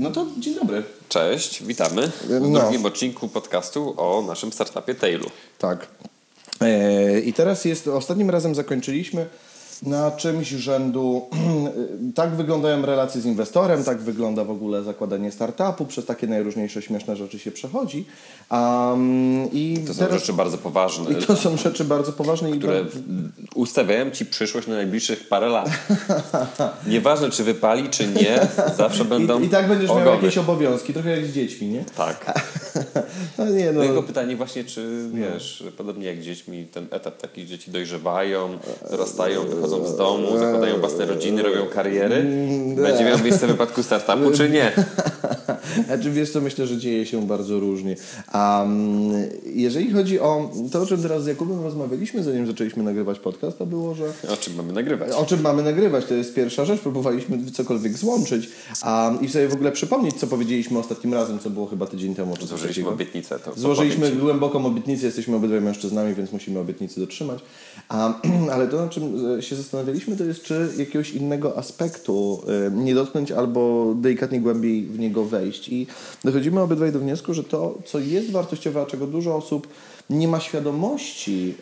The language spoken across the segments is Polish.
No to dzień dobry. Cześć, witamy w drugim odcinku podcastu o naszym startupie Tailu. Tak. I teraz ostatnim razem zakończyliśmy na czymś rzędu, tak wyglądają relacje z inwestorem, tak wygląda w ogóle zakładanie startupu, przez takie najróżniejsze śmieszne rzeczy się przechodzi. To są rzeczy bardzo poważne. I to są rzeczy bardzo poważne. Które ustawiają Ci przyszłość na najbliższych parę lat. Nieważne, czy wypali, czy nie, zawsze będą I tak będziesz ogony. miał jakieś obowiązki, trochę jak z dziećmi, nie? Tak. No jego pytanie właśnie, czy wiesz, podobnie jak z dziećmi, ten etap taki, dzieci dojrzewają, dorastają, wychodzą z domu, zakładają własne rodziny, robią kariery. Będzie miał miejsce w wypadku startupu, czy nie? Znaczy wiesz co, myślę, że dzieje się bardzo różnie. Jeżeli chodzi o to, o czym teraz z Jakubem rozmawialiśmy, zanim zaczęliśmy nagrywać podcast, to było, że... O czym mamy nagrywać? O czym mamy nagrywać, to jest pierwsza rzecz. Próbowaliśmy cokolwiek złączyć i sobie w ogóle przypomnieć, co powiedzieliśmy ostatnim razem, co było chyba tydzień temu. Czy Złożyliśmy obietnicę. Złożyliśmy głęboką obietnicę, jesteśmy obydwaj mężczyznami, więc musimy obietnicy dotrzymać. Ale to, na czym się zastanawialiśmy, to jest, czy jakiegoś innego aspektu nie dotknąć albo delikatnie głębiej w niego wejść. I dochodzimy obydwaj do wniosku, że to, co jest wartościowe, a czego dużo osób nie ma świadomości,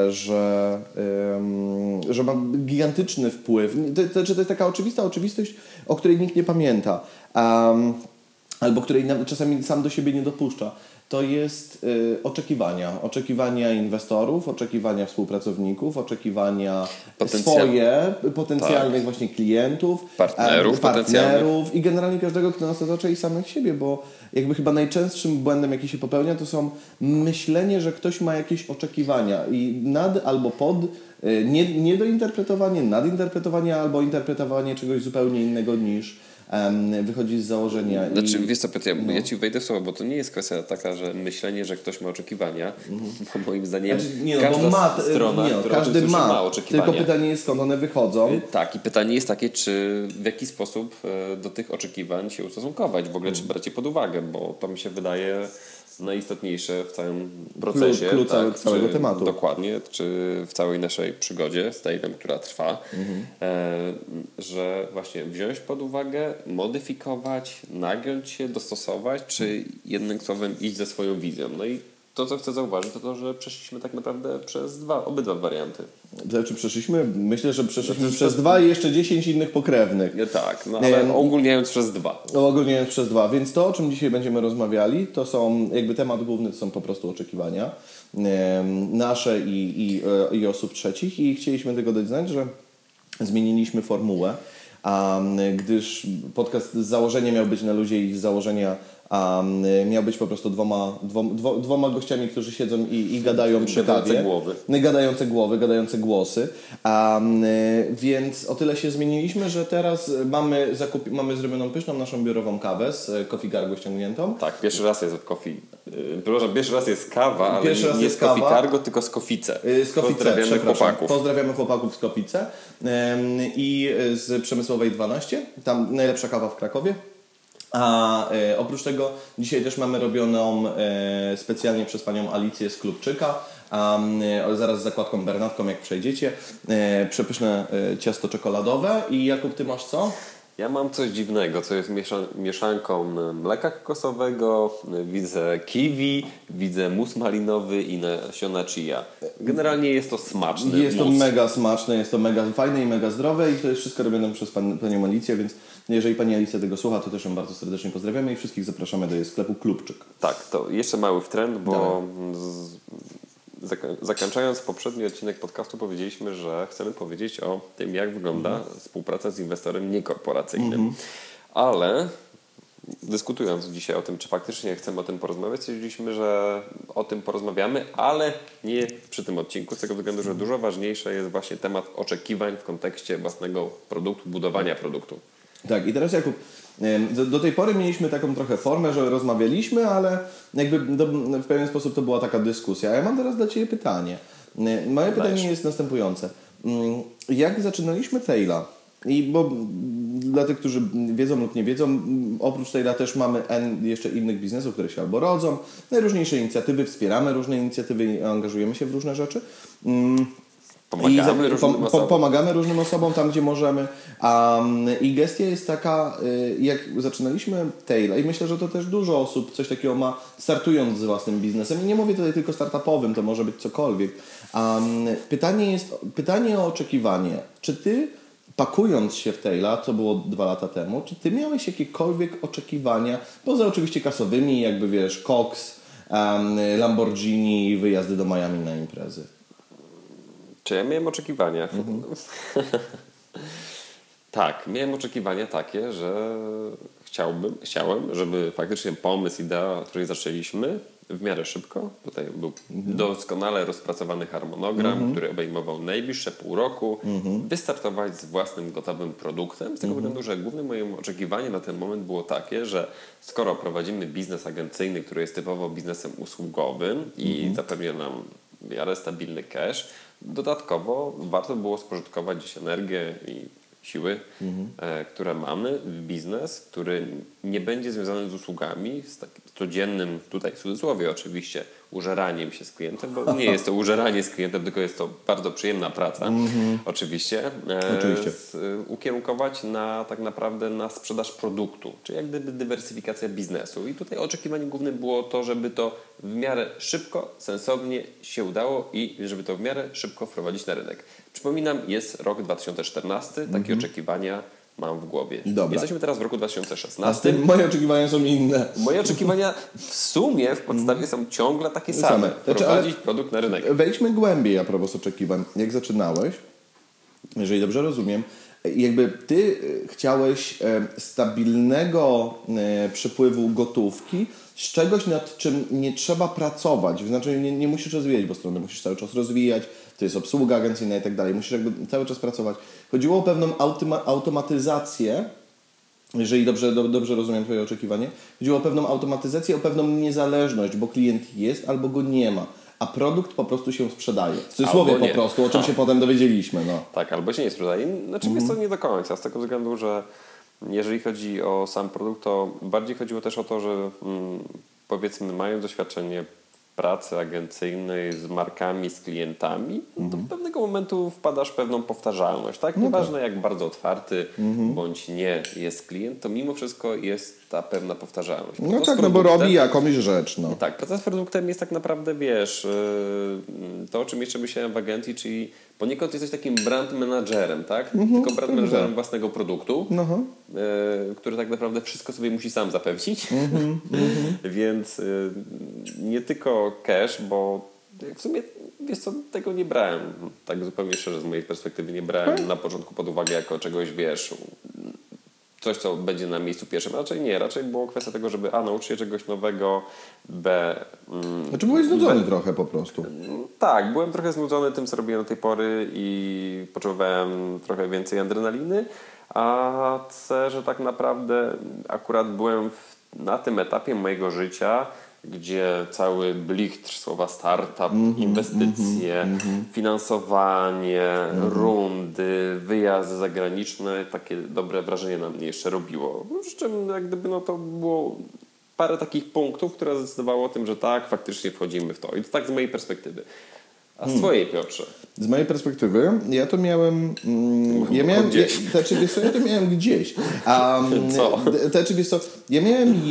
że ma gigantyczny wpływ. To jest taka oczywista oczywistość, o której nikt nie pamięta. Albo której czasami sam do siebie nie dopuszcza. To jest oczekiwania inwestorów, oczekiwania współpracowników, oczekiwania potencjalnych właśnie klientów, partnerów i generalnie każdego, kto nas otacza i samych siebie, bo jakby chyba najczęstszym błędem, jaki się popełnia, to są myślenie, że ktoś ma jakieś oczekiwania i nad albo pod, niedointerpretowanie, nadinterpretowanie albo interpretowanie czegoś zupełnie innego niż wychodzi z założenia. Znaczy, wiesz co, Piotr, ja Ci wejdę w słowo, bo to nie jest kwestia taka, że myślenie, że ktoś ma oczekiwania, bo moim zdaniem każdy ma oczekiwania. Tylko pytanie jest, skąd one wychodzą. Tak, i pytanie jest takie, czy w jaki sposób do tych oczekiwań się ustosunkować, w ogóle czy brać je pod uwagę, bo to mi się wydaje najistotniejsze w całym procesie. Całego tematu. Dokładnie, czy w całej naszej przygodzie z Tailem, która trwa, że właśnie wziąć pod uwagę, modyfikować, nagiąć się, dostosować, czy jednym słowem iść ze swoją wizją. No i to, co chcę zauważyć, to że przeszliśmy tak naprawdę przez obydwa warianty. Znaczy myślę, że przeszliśmy przez 2 i jeszcze 10 innych pokrewnych. Tak, no ale ogólniając przez 2. Ogólniając przez 2, więc to, o czym dzisiaj będziemy rozmawiali, to są jakby temat główny, to są po prostu oczekiwania nasze i osób trzecich i chcieliśmy tylko dać znać, że zmieniliśmy formułę, gdyż podcast z założenia miał być na luzie i z założenia miał być po prostu dwoma gościami, którzy siedzą i gadają przy kawie. Gadające głowy, gadające głosy. Więc o tyle się zmieniliśmy, że teraz mamy zrobioną pyszną naszą biurową kawę z Coffee Cargo ściągniętą. Tak, pierwszy raz jest pierwszy raz jest kawa, ale nie z Coffee Cargo, tylko z Kofice. Pozdrawiamy chłopaków. Pozdrawiamy chłopaków z Kofice i z Przemysłowej 12. Tam najlepsza kawa w Krakowie. A oprócz tego dzisiaj też mamy robioną specjalnie przez panią Alicję z Klubczyka, zaraz z zakładką Bernatką, jak przejdziecie, przepyszne ciasto czekoladowe. I Jakub, ty masz co? Ja mam coś dziwnego, co jest mieszanką mleka kokosowego, widzę kiwi, widzę mus malinowy i nasiona chia. Generalnie jest to smaczny Jest to mega smaczne, jest to mega fajne i mega zdrowe i to jest wszystko robione przez panią Alicję, więc jeżeli pani Alicja tego słucha, to też ją bardzo serdecznie pozdrawiamy i wszystkich zapraszamy do jej sklepu Klubczyk. Tak, to jeszcze mały wtręt, bo zakończając poprzedni odcinek podcastu powiedzieliśmy, że chcemy powiedzieć o tym, jak wygląda współpraca z inwestorem niekorporacyjnym. Ale dyskutując dzisiaj o tym, czy faktycznie chcemy o tym porozmawiać, stwierdziliśmy, że o tym porozmawiamy, ale nie przy tym odcinku, z tego względu, że dużo ważniejszy jest właśnie temat oczekiwań w kontekście własnego produktu, budowania produktu. Tak, i teraz Jakub, do tej pory mieliśmy taką trochę formę, że rozmawialiśmy, ale jakby w pewien sposób to była taka dyskusja. A ja mam teraz dla Ciebie pytanie. Moje pytanie jest następujące. Jak zaczynaliśmy Taila? Bo dla tych, którzy wiedzą lub nie wiedzą, oprócz Taila też mamy jeszcze innych biznesów, które się albo rodzą, najróżniejsze inicjatywy, wspieramy różne inicjatywy i angażujemy się w różne rzeczy. Pomagamy różnym osobom. Pomagamy różnym osobom tam, gdzie możemy. I gestia jest taka, jak zaczynaliśmy Taila i myślę, że to też dużo osób coś takiego ma, startując z własnym biznesem. I nie mówię tutaj tylko startupowym, to może być cokolwiek. Pytanie o oczekiwanie. Czy ty, pakując się w Taila, co było 2 lata temu, czy ty miałeś jakiekolwiek oczekiwania, poza oczywiście kasowymi, jakby wiesz, Cox, Lamborghini, wyjazdy do Miami na imprezy? Czy ja miałem oczekiwania? Tak, miałem oczekiwania takie, że chciałem, żeby faktycznie pomysł, idea, której zaczęliśmy w miarę szybko, tutaj był doskonale rozpracowany harmonogram, który obejmował najbliższe pół roku, wystartować z własnym gotowym produktem, z tego względu, że głównym moim oczekiwaniem na ten moment było takie, że skoro prowadzimy biznes agencyjny, który jest typowo biznesem usługowym i zapewnia nam w miarę stabilny cash, dodatkowo warto było spożytkować gdzieś energię i siły, które mamy w biznes, który nie będzie związany z usługami, z takim codziennym, tutaj w cudzysłowie oczywiście, użeraniem się z klientem, bo nie jest to użeranie z klientem, tylko jest to bardzo przyjemna praca, oczywiście. Ukierunkować tak naprawdę na sprzedaż produktu, czyli jak gdyby dywersyfikacja biznesu. I tutaj oczekiwaniem głównym było to, żeby to w miarę szybko, sensownie się udało i żeby to w miarę szybko wprowadzić na rynek. Przypominam, jest rok 2014, takie oczekiwania mam w głowie. Dobra. Jesteśmy teraz w roku 2016. Moje oczekiwania są inne. Moje oczekiwania w sumie, w podstawie są ciągle takie same. Wprowadzić produkt na rynek. Wejdźmy głębiej a propos oczekiwań. Jak zaczynałeś, jeżeli dobrze rozumiem, jakby ty chciałeś stabilnego przepływu gotówki z czegoś, nad czym nie trzeba pracować. Znaczy nie musisz rozwijać, bo stronę musisz cały czas rozwijać, to jest obsługa agencyjna i tak dalej. Musisz jakby cały czas pracować. Chodziło o pewną automatyzację, jeżeli dobrze rozumiem twoje oczekiwanie. Chodziło o pewną automatyzację, o pewną niezależność, bo klient jest albo go nie ma, a produkt po prostu się sprzedaje. W cudzysłowie po prostu, o czym się potem dowiedzieliśmy. No. Tak, albo się nie sprzedaje. Znaczy jest to nie do końca, z tego względu, że jeżeli chodzi o sam produkt, to bardziej chodziło też o to, że powiedzmy mając doświadczenie pracy agencyjnej z markami, z klientami, do pewnego momentu wpadasz w pewną powtarzalność. Tak? Nieważne jak bardzo otwarty bądź nie jest klient, to mimo wszystko jest ta pewna powtarzalność. No tak, no bo robi jakąś rzecz. No. Tak, praca z produktem jest tak naprawdę, wiesz, to o czym jeszcze myślałem w agencji, czyli poniekąd jesteś takim brand managerem, tak? Tylko brand managerem własnego produktu, który tak naprawdę wszystko sobie musi sam zapewnić. Więc nie tylko cash, bo w sumie, wiesz co, tego nie brałem. Tak zupełnie szczerze, z mojej perspektywy nie brałem na początku pod uwagę jako czegoś, wiesz, coś, co będzie na miejscu pierwszym. Raczej nie. Raczej było kwestia tego, żeby nauczyć się czegoś nowego, Znaczy byłeś znudzony trochę po prostu. Tak, byłem trochę znudzony tym, co robiłem do tej pory i potrzebowałem trochę więcej adrenaliny, a C, że tak naprawdę akurat byłem na tym etapie mojego życia, gdzie cały blichtr słowa startup, inwestycje, finansowanie, rundy, wyjazdy zagraniczne, takie dobre wrażenie na mnie jeszcze robiło. Z czym jak gdyby to było parę takich punktów, które zdecydowało o tym, że tak, faktycznie wchodzimy w to. I to tak z mojej perspektywy. A z twojej, Piotrze? Z mojej perspektywy, ja to miałem... ja to miałem gdzieś. Co? Ja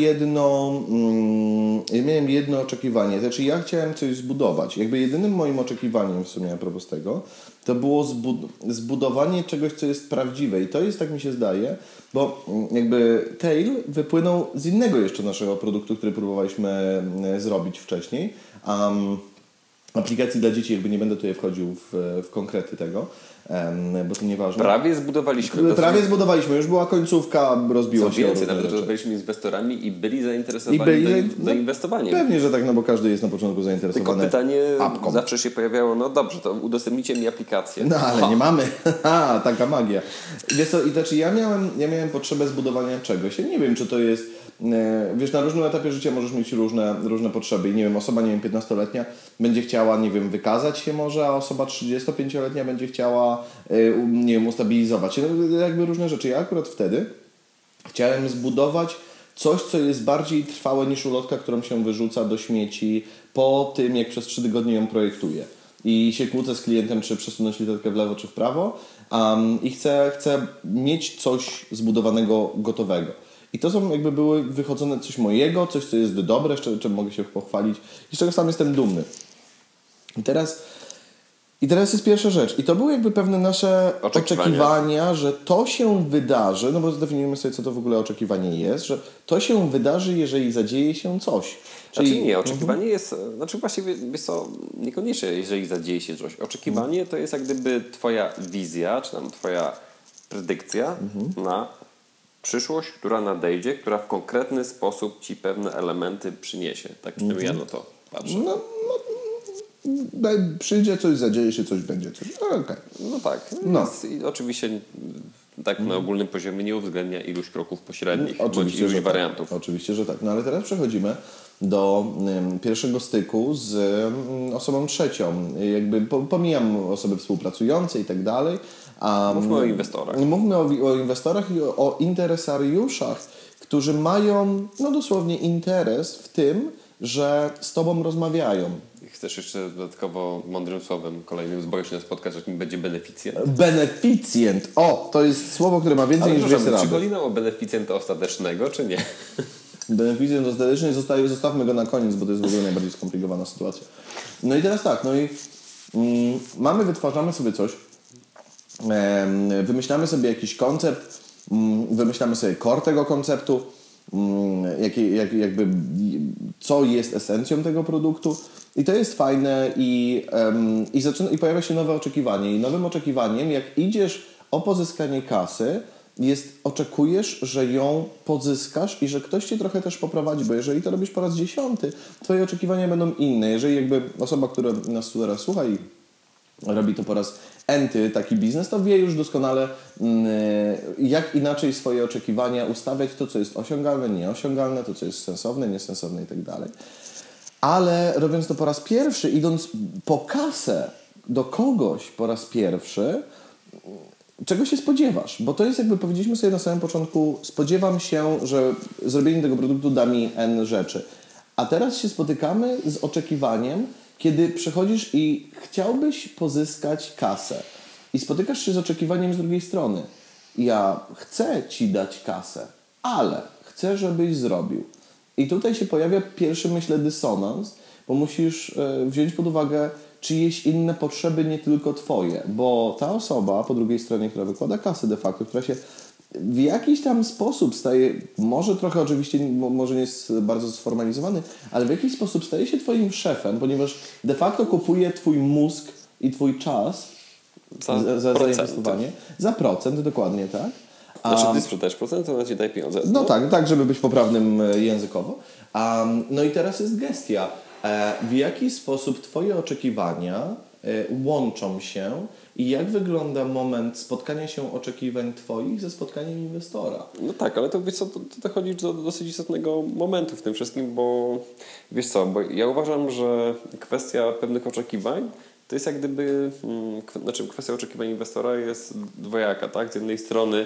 miałem jedno oczekiwanie. Znaczy ja chciałem coś zbudować. Jakby jedynym moim oczekiwaniem w sumie a propos tego, to było zbudowanie czegoś, co jest prawdziwe. I to jest, tak mi się zdaje, bo jakby Tail wypłynął z innego jeszcze naszego produktu, który próbowaliśmy zrobić wcześniej. Aplikacji dla dzieci, jakby nie będę tutaj wchodził w konkrety tego, bo to nieważne. Prawie zbudowaliśmy, już była końcówka, rozbiło się. Co więcej, nawet rozmawialiśmy z inwestorami i byli zainteresowani do inwestowania. Pewnie, że tak, no bo każdy jest na początku zainteresowany. Tylko pytanie zawsze się pojawiało, no dobrze, to udostępnijcie mi aplikację. No ale nie mamy. Taka magia. Wiesz co, i znaczy ja miałem potrzebę zbudowania czegoś. Ja nie wiem, czy to jest... Wiesz, na różnym etapie życia możesz mieć różne potrzeby i nie wiem, osoba, 15-letnia będzie chciała, wykazać się może, a osoba 35-letnia będzie chciała, ustabilizować się. No, jakby różne rzeczy. Ja akurat wtedy chciałem zbudować coś, co jest bardziej trwałe niż ulotka, którą się wyrzuca do śmieci po tym, jak przez 3 tygodnie ją projektuję. i się kłócę z klientem, czy przesunąć literkę w lewo, czy w prawo i chcę mieć coś zbudowanego, gotowego. I to są jakby były wychodzone coś mojego, coś co jest dobre, czym mogę się pochwalić i z czego sam jestem dumny. I teraz jest pierwsza rzecz. I to były jakby pewne nasze oczekiwania, że to się wydarzy, no bo zdefiniujemy sobie, co to w ogóle oczekiwanie jest, że to się wydarzy, jeżeli zadzieje się coś. Czyli nie, oczekiwanie jest, znaczy właściwie wiesz co, niekoniecznie jeżeli zadzieje się coś. Oczekiwanie to jest jak gdyby twoja wizja, czy tam twoja predykcja na przyszłość, która nadejdzie, która w konkretny sposób ci pewne elementy przyniesie. Tak przynajmniej ja na to patrzę. Przyjdzie coś, zadzieje się coś, będzie coś. Okay. No tak. I oczywiście tak na ogólnym poziomie nie uwzględnia iluś kroków pośrednich, bądź iluś wariantów. Oczywiście, że tak. No ale teraz przechodzimy do pierwszego styku z osobą trzecią. Jakby pomijam osoby współpracujące i tak dalej. Mówmy o inwestorach. Mówmy o inwestorach i o interesariuszach, którzy mają dosłownie interes w tym, że z Tobą rozmawiają. Chcesz jeszcze dodatkowo mądrym słowem kolejnym zboju się spotkać, jakim będzie beneficjent? Beneficjent! O, to jest słowo, które ma więcej niż 200 razy. Czy Golina o beneficjenta ostatecznego, czy nie? Beneficjent ostateczny, zostawmy go na koniec, bo to jest w ogóle najbardziej skomplikowana sytuacja. No i teraz tak, wytwarzamy sobie coś, wymyślamy sobie jakiś koncept, wymyślamy sobie core tego konceptu, co jest esencją tego produktu i to jest fajne i pojawia się nowe oczekiwanie i nowym oczekiwaniem, jak idziesz o pozyskanie kasy, oczekujesz, że ją pozyskasz i że ktoś Cię trochę też poprowadzi, bo jeżeli to robisz po raz 10, Twoje oczekiwania będą inne. Jeżeli jakby osoba, która nas tu teraz słucha i robi to po raz enty taki biznes, to wie już doskonale, jak inaczej swoje oczekiwania ustawiać, to co jest osiągalne, nieosiągalne, to co jest sensowne, niesensowne i tak dalej. Ale robiąc to po raz pierwszy, idąc po kasę do kogoś po raz pierwszy, czego się spodziewasz? Bo to jest jakby powiedzieliśmy sobie na samym początku, spodziewam się, że zrobienie tego produktu da mi N rzeczy. A teraz się spotykamy z oczekiwaniem, kiedy przychodzisz i chciałbyś pozyskać kasę i spotykasz się z oczekiwaniem z drugiej strony. Ja chcę Ci dać kasę, ale chcę, żebyś zrobił. I tutaj się pojawia pierwszy, myślę, dysonans, bo musisz wziąć pod uwagę czyjeś inne potrzeby, nie tylko Twoje. Bo ta osoba po drugiej stronie, która wykłada kasę de facto, która się w jakiś tam sposób staje, może trochę oczywiście, może nie jest bardzo sformalizowany, ale w jakiś sposób staje się Twoim szefem, ponieważ de facto kupuje Twój mózg i Twój czas za zainwestowanie. Za procent, dokładnie tak. Znaczy Ty sprzedajesz procent, to ona Ci daje pieniądze. No tak, żeby być poprawnym językowo. No i teraz jest gestia. W jaki sposób Twoje oczekiwania łączą się i jak wygląda moment spotkania się oczekiwań Twoich ze spotkaniem inwestora? No tak, ale to wiesz co, to dochodzi do dosyć istotnego momentu w tym wszystkim, bo wiesz co, bo ja uważam, że kwestia pewnych oczekiwań to jest jak gdyby, kwestia oczekiwań inwestora jest dwojaka, tak? Z jednej strony,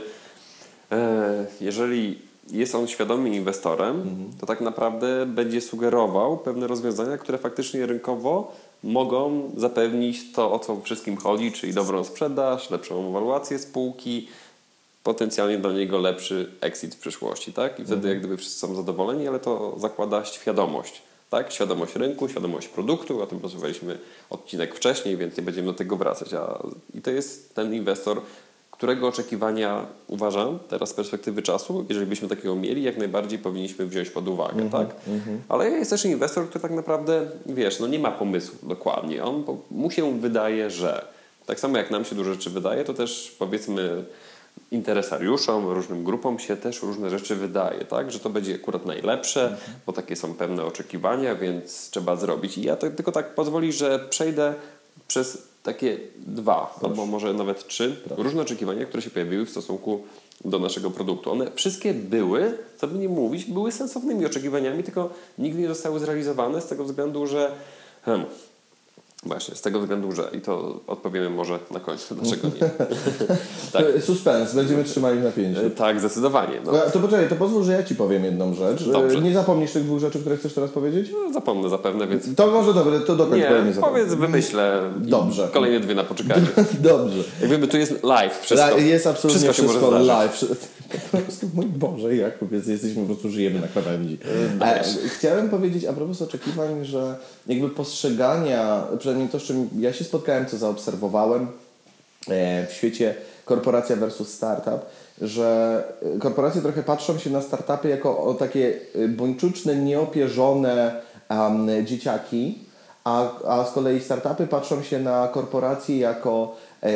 jeżeli jest on świadomym inwestorem, to tak naprawdę będzie sugerował pewne rozwiązania, które faktycznie rynkowo mogą zapewnić to, o co wszystkim chodzi, czyli dobrą sprzedaż, lepszą ewaluację spółki, potencjalnie dla niego lepszy exit w przyszłości, tak? I wtedy jak gdyby wszyscy są zadowoleni, ale to zakłada świadomość, tak? Świadomość rynku, świadomość produktu, o tym rozmawialiśmy odcinek wcześniej, więc nie będziemy do tego wracać. I to jest ten inwestor, którego oczekiwania uważam teraz z perspektywy czasu, jeżeli byśmy takiego mieli, jak najbardziej powinniśmy wziąć pod uwagę, tak? Ale jest też inwestor, który tak naprawdę, wiesz, nie ma pomysłu dokładnie. Mu się wydaje, że tak samo jak nam się dużo rzeczy wydaje, to też powiedzmy interesariuszom, różnym grupom się też różne rzeczy wydaje, tak? Że to będzie akurat najlepsze, bo takie są pewne oczekiwania, więc trzeba zrobić. I ja tylko tak pozwoli, że przejdę przez takie 2, albo może nawet 3 różne oczekiwania, które się pojawiły w stosunku do naszego produktu. One wszystkie były, co by nie mówić, były sensownymi oczekiwaniami, tylko nigdy nie zostały zrealizowane z tego względu, że Właśnie, z tego względu, że i to odpowiemy może na końcu, dlaczego nie. Tak. Suspens, będziemy trzymali w napięciu. Tak, zdecydowanie. No. To poczekaj, to pozwól, że ja Ci powiem jedną rzecz. Dobrze. Nie zapomnisz tych 2 rzeczy, które chcesz teraz powiedzieć? No, zapomnę zapewne, więc... To może dobre, to dokończ. Nie, powiedz, wymyślę. Dobrze. Kolejne 2 na poczekaniu. Dobrze. Jak wiemy, tu jest live wszystko. Jest absolutnie wszystko się może live. Po prostu, mój Boże, Jakub, jesteśmy po prostu, żyjemy na krawędzi. Chciałem powiedzieć a propos oczekiwań, że jakby postrzegania, przynajmniej to, z czym ja się spotkałem, co zaobserwowałem w świecie korporacja versus startup, że korporacje trochę patrzą się na startupy jako o takie buńczuczne, nieopierzone dzieciaki, a z kolei startupy patrzą się na korporacje jako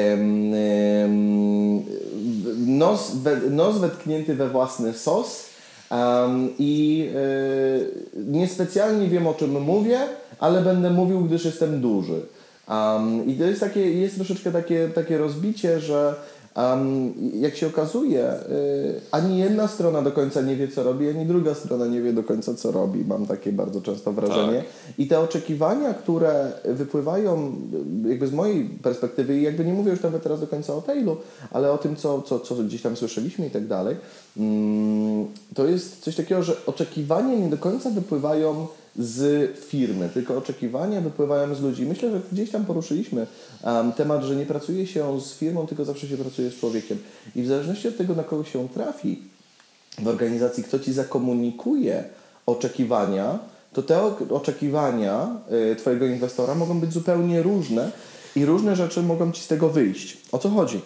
nos wetknięty we własny sos i niespecjalnie wiem, o czym mówię, ale będę mówił, gdyż jestem duży. I to jest troszeczkę takie rozbicie, że jak się okazuje, ani jedna strona do końca nie wie, co robi, ani druga strona nie wie do końca, co robi. Mam takie bardzo często wrażenie. Tak. I te oczekiwania, które wypływają jakby z mojej perspektywy, i jakby nie mówię już nawet teraz do końca o Tailu, ale o tym, co gdzieś tam słyszeliśmy i tak dalej, to jest coś takiego, że oczekiwania nie do końca wypływają z firmy, tylko oczekiwania wypływają z ludzi. Myślę, że gdzieś tam poruszyliśmy temat, że nie pracuje się z firmą, tylko zawsze się pracuje z człowiekiem. I w zależności od tego, na kogo się trafi w organizacji, kto Ci zakomunikuje oczekiwania, to te oczekiwania Twojego inwestora mogą być zupełnie różne i różne rzeczy mogą Ci z tego wyjść. O co chodzi?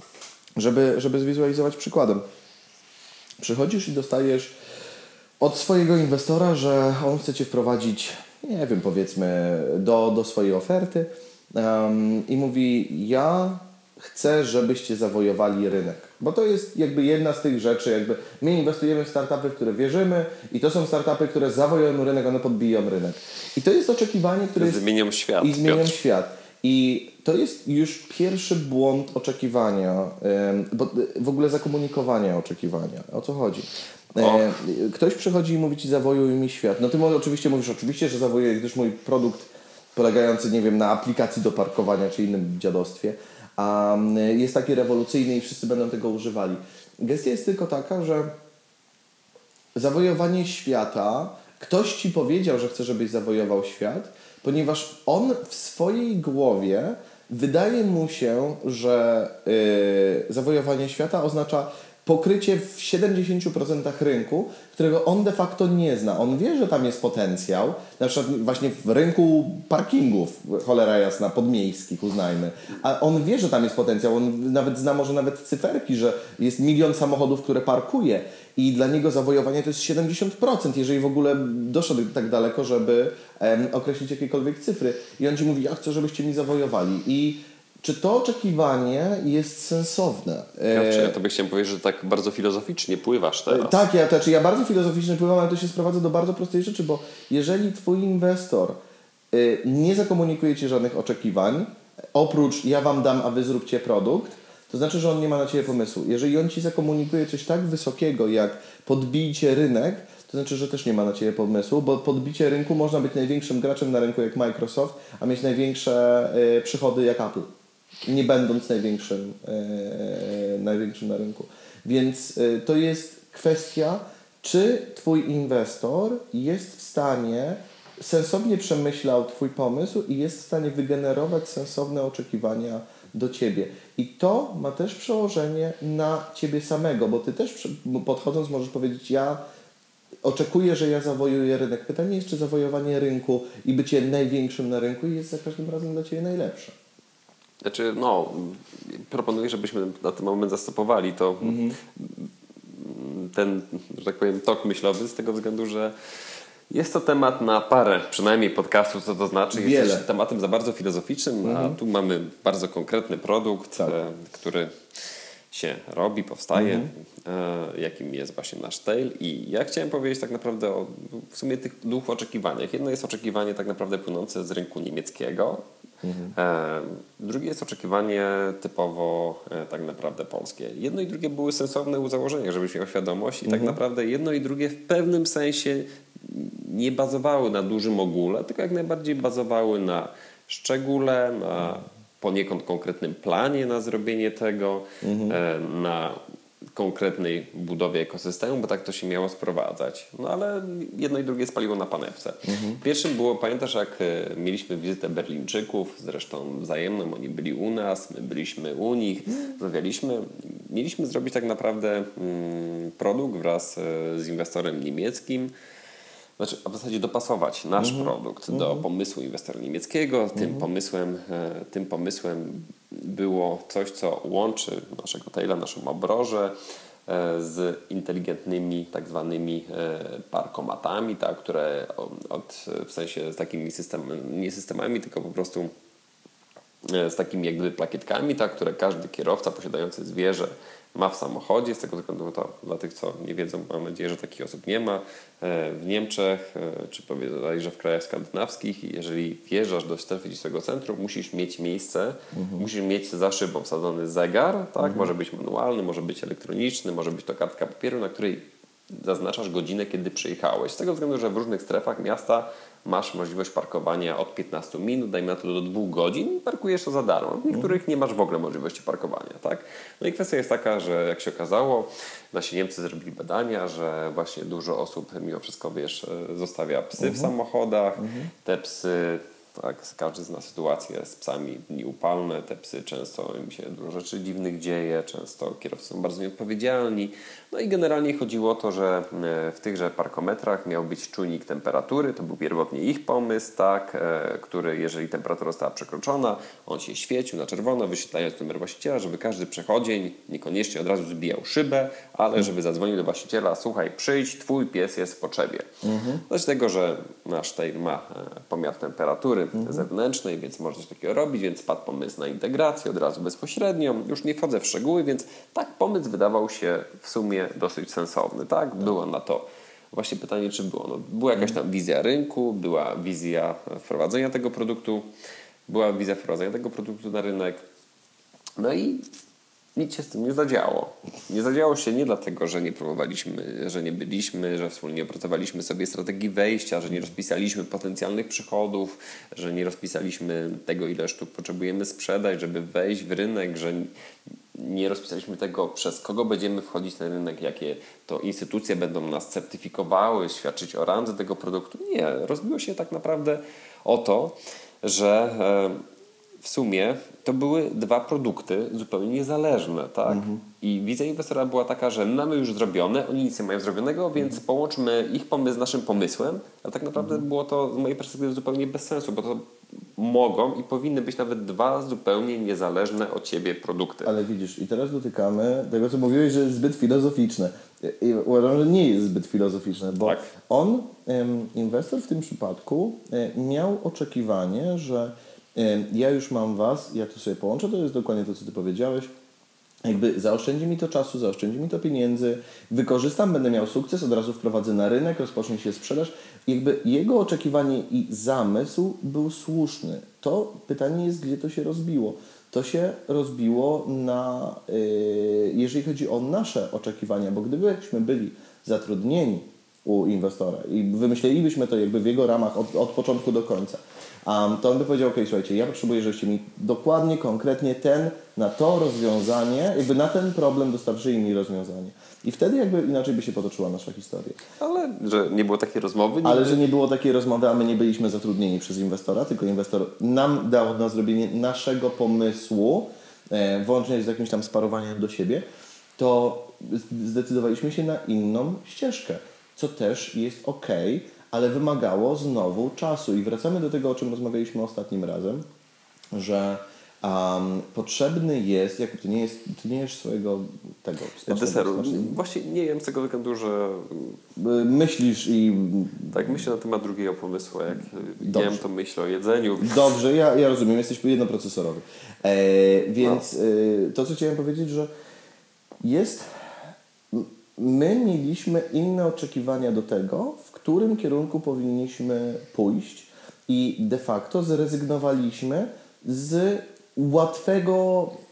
Żeby zwizualizować przykładem. Przychodzisz i dostajesz od swojego inwestora, że on chce Cię wprowadzić, nie wiem, powiedzmy, do swojej oferty i mówi, ja chcę, żebyście zawojowali rynek. Bo to jest jakby jedna z tych rzeczy, jakby my inwestujemy w startupy, w które wierzymy i to są startupy, które zawojowują rynek, one podbiją rynek. I to jest oczekiwanie, które jest... Zmienią świat. I zmienią świat. I to jest już pierwszy błąd oczekiwania, w ogóle zakomunikowania oczekiwania. O co chodzi? Ktoś przychodzi i mówi Ci, zawojuj mi świat. No Ty oczywiście mówisz, że zawojuję, gdyż mój produkt polegający, nie wiem, na aplikacji do parkowania czy innym dziadostwie jest taki rewolucyjny i wszyscy będą tego używali. Gestia jest tylko taka, że zawojowanie świata, ktoś Ci powiedział, że chce, żebyś zawojował świat, ponieważ on w swojej głowie wydaje mu się, że zawojowanie świata oznacza pokrycie w 70% rynku, którego on de facto nie zna. On wie, że tam jest potencjał, na przykład właśnie w rynku parkingów, cholera jasna, podmiejskich, uznajmy. A on wie, że tam jest potencjał, on nawet zna może nawet cyferki, że jest 1 000 000 samochodów, które parkuje i dla niego zawojowanie to jest 70%, jeżeli w ogóle doszedł tak daleko, żeby określić jakiekolwiek cyfry. I on Ci mówi, ja chcę, żebyście mi zawojowali. I czy to oczekiwanie jest sensowne? Ja to chciałem powiedzieć, że tak bardzo filozoficznie pływasz teraz. Tak, ja bardzo filozoficznie pływam, ale to się sprowadza do bardzo prostej rzeczy, bo jeżeli Twój inwestor nie zakomunikuje Ci żadnych oczekiwań, oprócz ja Wam dam, a Wy zróbcie produkt, to znaczy, że on nie ma na Ciebie pomysłu. Jeżeli on Ci zakomunikuje coś tak wysokiego, jak podbijcie rynek, to znaczy, że też nie ma na Ciebie pomysłu, bo podbicie rynku można być największym graczem na rynku jak Microsoft, a mieć największe przychody jak Apple, nie będąc największym na rynku. Więc to jest kwestia, czy Twój inwestor jest w stanie, sensownie przemyślał Twój pomysł i jest w stanie wygenerować sensowne oczekiwania do Ciebie. I to ma też przełożenie na Ciebie samego, bo Ty też podchodząc możesz powiedzieć, ja oczekuję, że ja zawojuję rynek. Pytanie jest, czy zawojowanie rynku i bycie największym na rynku jest za każdym razem dla Ciebie najlepsze. Znaczy, proponuję, żebyśmy na ten moment zastopowali to ten, że tak powiem, tok myślowy z tego względu, że jest to temat na parę, przynajmniej podcastów, co to znaczy. Wiele. Jest tematem za bardzo filozoficznym, a tu mamy bardzo konkretny produkt, tak, który się robi, powstaje, jakim jest właśnie nasz Tail. I ja chciałem powiedzieć tak naprawdę o w sumie tych 2 oczekiwaniach. Jedno jest oczekiwanie tak naprawdę płynące z rynku niemieckiego, drugie jest oczekiwanie typowo tak naprawdę polskie. Jedno i drugie były sensowne u założenia, żebyś miał świadomość i tak naprawdę jedno i drugie w pewnym sensie nie bazowały na dużym ogóle, tylko jak najbardziej bazowały na szczególe, na poniekąd konkretnym planie na zrobienie tego, na konkretnej budowie ekosystemu, bo tak to się miało sprowadzać. No ale jedno i drugie spaliło na panewce. Pierwszym było, pamiętasz, jak mieliśmy wizytę Berlińczyków, zresztą wzajemną, oni byli u nas, my byliśmy u nich, rozmawialiśmy. Mieliśmy zrobić tak naprawdę produkt wraz z inwestorem niemieckim, znaczy, a w zasadzie dopasować nasz produkt do pomysłu inwestora niemieckiego. Tym pomysłem było coś, co łączy naszego taila, naszą obrożę z inteligentnymi tak zwanymi parkomatami, tak, które w sensie z takimi nie systemami, tylko po prostu z takimi jakby plakietkami, tak, które każdy kierowca posiadający zwierzę ma w samochodzie. Z tego względu to dla tych, co nie wiedzą, mam nadzieję, że takich osób nie ma. W Niemczech, czy powiedzmy, że w krajach skandynawskich, jeżeli wjeżdżasz do strefy ścisłego centrum, musisz mieć miejsce, musisz mieć za szybą wsadzony zegar, tak? Może być manualny, może być elektroniczny, może być to kartka papieru, na której zaznaczasz godzinę, kiedy przyjechałeś. Z tego względu, że w różnych strefach miasta masz możliwość parkowania od 15 minut, dajmy na to do 2 godzin i parkujesz to za darmo. W niektórych nie masz w ogóle możliwości parkowania. Tak? No i kwestia jest taka, że jak się okazało, nasi Niemcy zrobili badania, że właśnie dużo osób mimo wszystko, zostawia psy w samochodach. Te psy, tak, każdy zna sytuację z psami dni upalne, te psy często im się dużo rzeczy dziwnych dzieje, często kierowcy są bardzo nieodpowiedzialni. No i generalnie chodziło o to, że w tychże parkometrach miał być czujnik temperatury, to był pierwotnie ich pomysł, tak, który jeżeli temperatura została przekroczona, on się świecił na czerwono, wyświetlając numer właściciela, żeby każdy przechodzień niekoniecznie od razu zbijał szybę, ale żeby zadzwonił do właściciela: słuchaj, przyjdź, twój pies jest w potrzebie. Dość tego, że nasz tail ma pomiar temperatury zewnętrznej, więc można coś takiego robić, więc padł pomysł na integrację od razu bezpośrednio. Już nie wchodzę w szczegóły, więc tak, pomysł wydawał się w sumie dosyć sensowny. Tak? Było na to właśnie pytanie, czy było. No, była jakaś tam wizja rynku, była wizja wprowadzenia tego produktu, na rynek. No i nic się z tym nie zadziało. Nie zadziało się nie dlatego, że nie próbowaliśmy, że nie byliśmy, że wspólnie opracowaliśmy sobie strategii wejścia, że nie rozpisaliśmy potencjalnych przychodów, że nie rozpisaliśmy tego, ile sztuk potrzebujemy sprzedać, żeby wejść w rynek, że nie rozpisaliśmy tego, przez kogo będziemy wchodzić na rynek, jakie to instytucje będą nas certyfikowały, świadczyć o randze tego produktu. Nie, rozbiło się tak naprawdę o to, że w sumie to były 2 produkty zupełnie niezależne, tak? I wizja inwestora była taka, że mamy już zrobione, oni nic nie mają zrobionego, więc połączmy ich pomysł z naszym pomysłem, ale tak naprawdę było to z mojej perspektywy zupełnie bez sensu, bo to mogą i powinny być nawet 2 zupełnie niezależne od siebie produkty. Ale widzisz, i teraz dotykamy tego, co mówiłeś, że jest zbyt filozoficzne. I uważam, że nie jest zbyt filozoficzne, bo tak. on, inwestor w tym przypadku, miał oczekiwanie, że ja już mam was, ja to sobie połączę, to jest dokładnie to, co ty powiedziałeś. Jakby zaoszczędzi mi to czasu, zaoszczędzi mi to pieniędzy, wykorzystam, będę miał sukces, od razu wprowadzę na rynek, rozpocznie się sprzedaż. Jakby jego oczekiwanie i zamysł był słuszny. To pytanie jest, gdzie to się rozbiło. To się rozbiło na, jeżeli chodzi o nasze oczekiwania, bo gdybyśmy byli zatrudnieni u inwestora i wymyślilibyśmy to jakby w jego ramach od początku do końca, to on by powiedział: okej, słuchajcie, ja potrzebuję, żebyście mi dokładnie, konkretnie na to rozwiązanie, jakby na ten problem dostarczyli mi rozwiązanie. I wtedy jakby inaczej by się potoczyła nasza historia. Ale że nie było takiej rozmowy? Ale że nie było takiej rozmowy, a my nie byliśmy zatrudnieni przez inwestora, tylko inwestor nam dał na zrobienie naszego pomysłu, włącznie z jakimś tam sparowaniem do siebie, to zdecydowaliśmy się na inną ścieżkę, co też jest okej, ale wymagało znowu czasu. I wracamy do tego, o czym rozmawialiśmy ostatnim razem, że potrzebny jest, jak ty nie jesz swojego tego deseru. Właśnie nie jem z tego względu, że myślisz i... Tak, myślę na temat drugiego pomysłu. Jak jem, to myślę o jedzeniu. Dobrze, ja rozumiem, jesteś jednoprocesorowy. Więc to, co chciałem powiedzieć, że my mieliśmy inne oczekiwania do tego, w którym kierunku powinniśmy pójść i de facto zrezygnowaliśmy z łatwego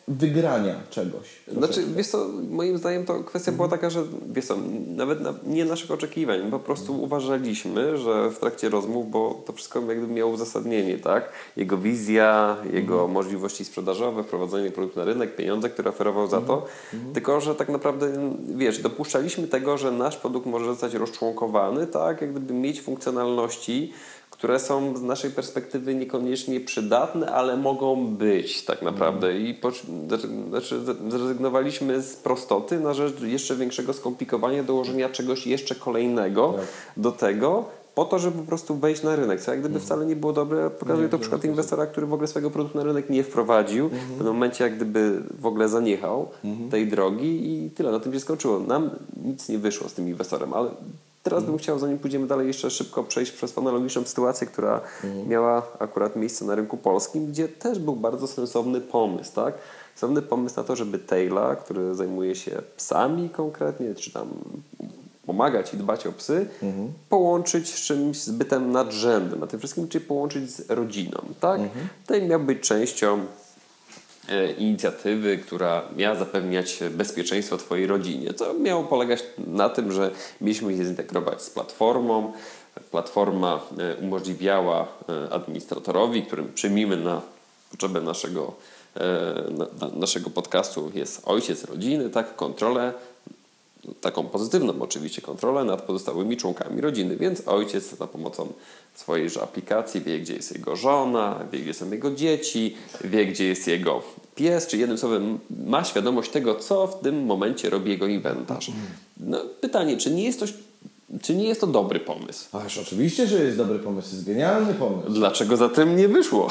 wygrania czegoś. Znaczy, wiesz co, moim zdaniem to kwestia była taka, że wiesz co, nawet nie naszych oczekiwań, po prostu uważaliśmy, że w trakcie rozmów, bo to wszystko jakby miało uzasadnienie, tak? Jego wizja, jego możliwości sprzedażowe, wprowadzenie produktu na rynek, pieniądze, które oferował za to, tylko że tak naprawdę, wiesz, dopuszczaliśmy tego, że nasz produkt może zostać rozczłonkowany, tak? Jak gdyby mieć funkcjonalności, które są z naszej perspektywy niekoniecznie przydatne, ale mogą być tak naprawdę. I zrezygnowaliśmy z prostoty na rzecz jeszcze większego skomplikowania, dołożenia czegoś jeszcze kolejnego do tego, po to, żeby po prostu wejść na rynek, co jak gdyby wcale nie było dobre. Pokazuje to przykład inwestora, który w ogóle swojego produktu na rynek nie wprowadził. W pewnym momencie jak gdyby w ogóle zaniechał tej drogi i tyle. Na tym się skończyło. Nam nic nie wyszło z tym inwestorem, ale teraz bym chciał, zanim pójdziemy dalej, jeszcze szybko przejść przez analogiczną sytuację, która miała akurat miejsce na rynku polskim, gdzie też był bardzo sensowny pomysł, tak? Sensowny pomysł na to, żeby Taila, który zajmuje się psami konkretnie, czy tam pomagać i dbać o psy, połączyć z czymś, z bytem nadrzędnym na tym wszystkim, czyli połączyć z rodziną, tak? Tail miał być częścią inicjatywy, która miała zapewniać bezpieczeństwo Twojej rodzinie, co miało polegać na tym, że mieliśmy się zintegrować z platformą. Platforma umożliwiała administratorowi, którym przyjmijmy na potrzebę naszego podcastu jest ojciec rodziny, tak, kontrolę, taką pozytywną oczywiście kontrolę nad pozostałymi członkami rodziny, więc ojciec za pomocą swojejże aplikacji wie, gdzie jest jego żona, wie, gdzie są jego dzieci, wie, gdzie jest jego pies, czy jednym słowem ma świadomość tego, co w tym momencie robi jego inwentarz. No, pytanie, czy nie jest to dobry pomysł? Ależ oczywiście, że jest dobry pomysł, jest genialny pomysł. Dlaczego zatem nie wyszło?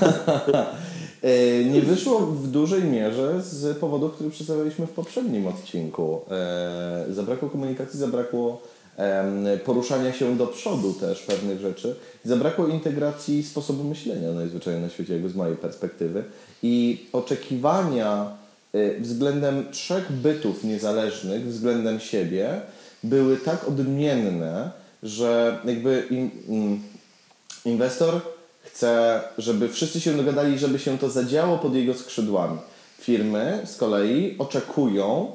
Nie wyszło w dużej mierze z powodów, które przedstawialiśmy w poprzednim odcinku. Zabrakło komunikacji, zabrakło poruszania się do przodu też pewnych rzeczy. Zabrakło integracji sposobu myślenia najzwyczajniej na świecie, jakby z mojej perspektywy. I oczekiwania względem 3 bytów niezależnych, względem siebie, były tak odmienne, że jakby inwestor chce, żeby wszyscy się dogadali, żeby się to zadziało pod jego skrzydłami. Firmy z kolei oczekują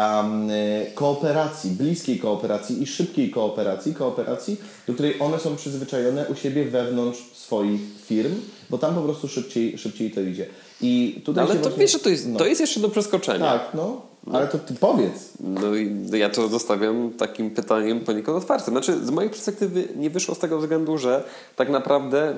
kooperacji, bliskiej kooperacji i szybkiej kooperacji, do której one są przyzwyczajone u siebie wewnątrz swoich firm, bo tam po prostu szybciej to idzie. I tutaj ale to właśnie, wiesz, to jest jeszcze do przeskoczenia. Tak, ale to ty powiedz. No i ja to zostawiam takim pytaniem poniekąd otwartym. Znaczy, z mojej perspektywy nie wyszło z tego względu, że tak naprawdę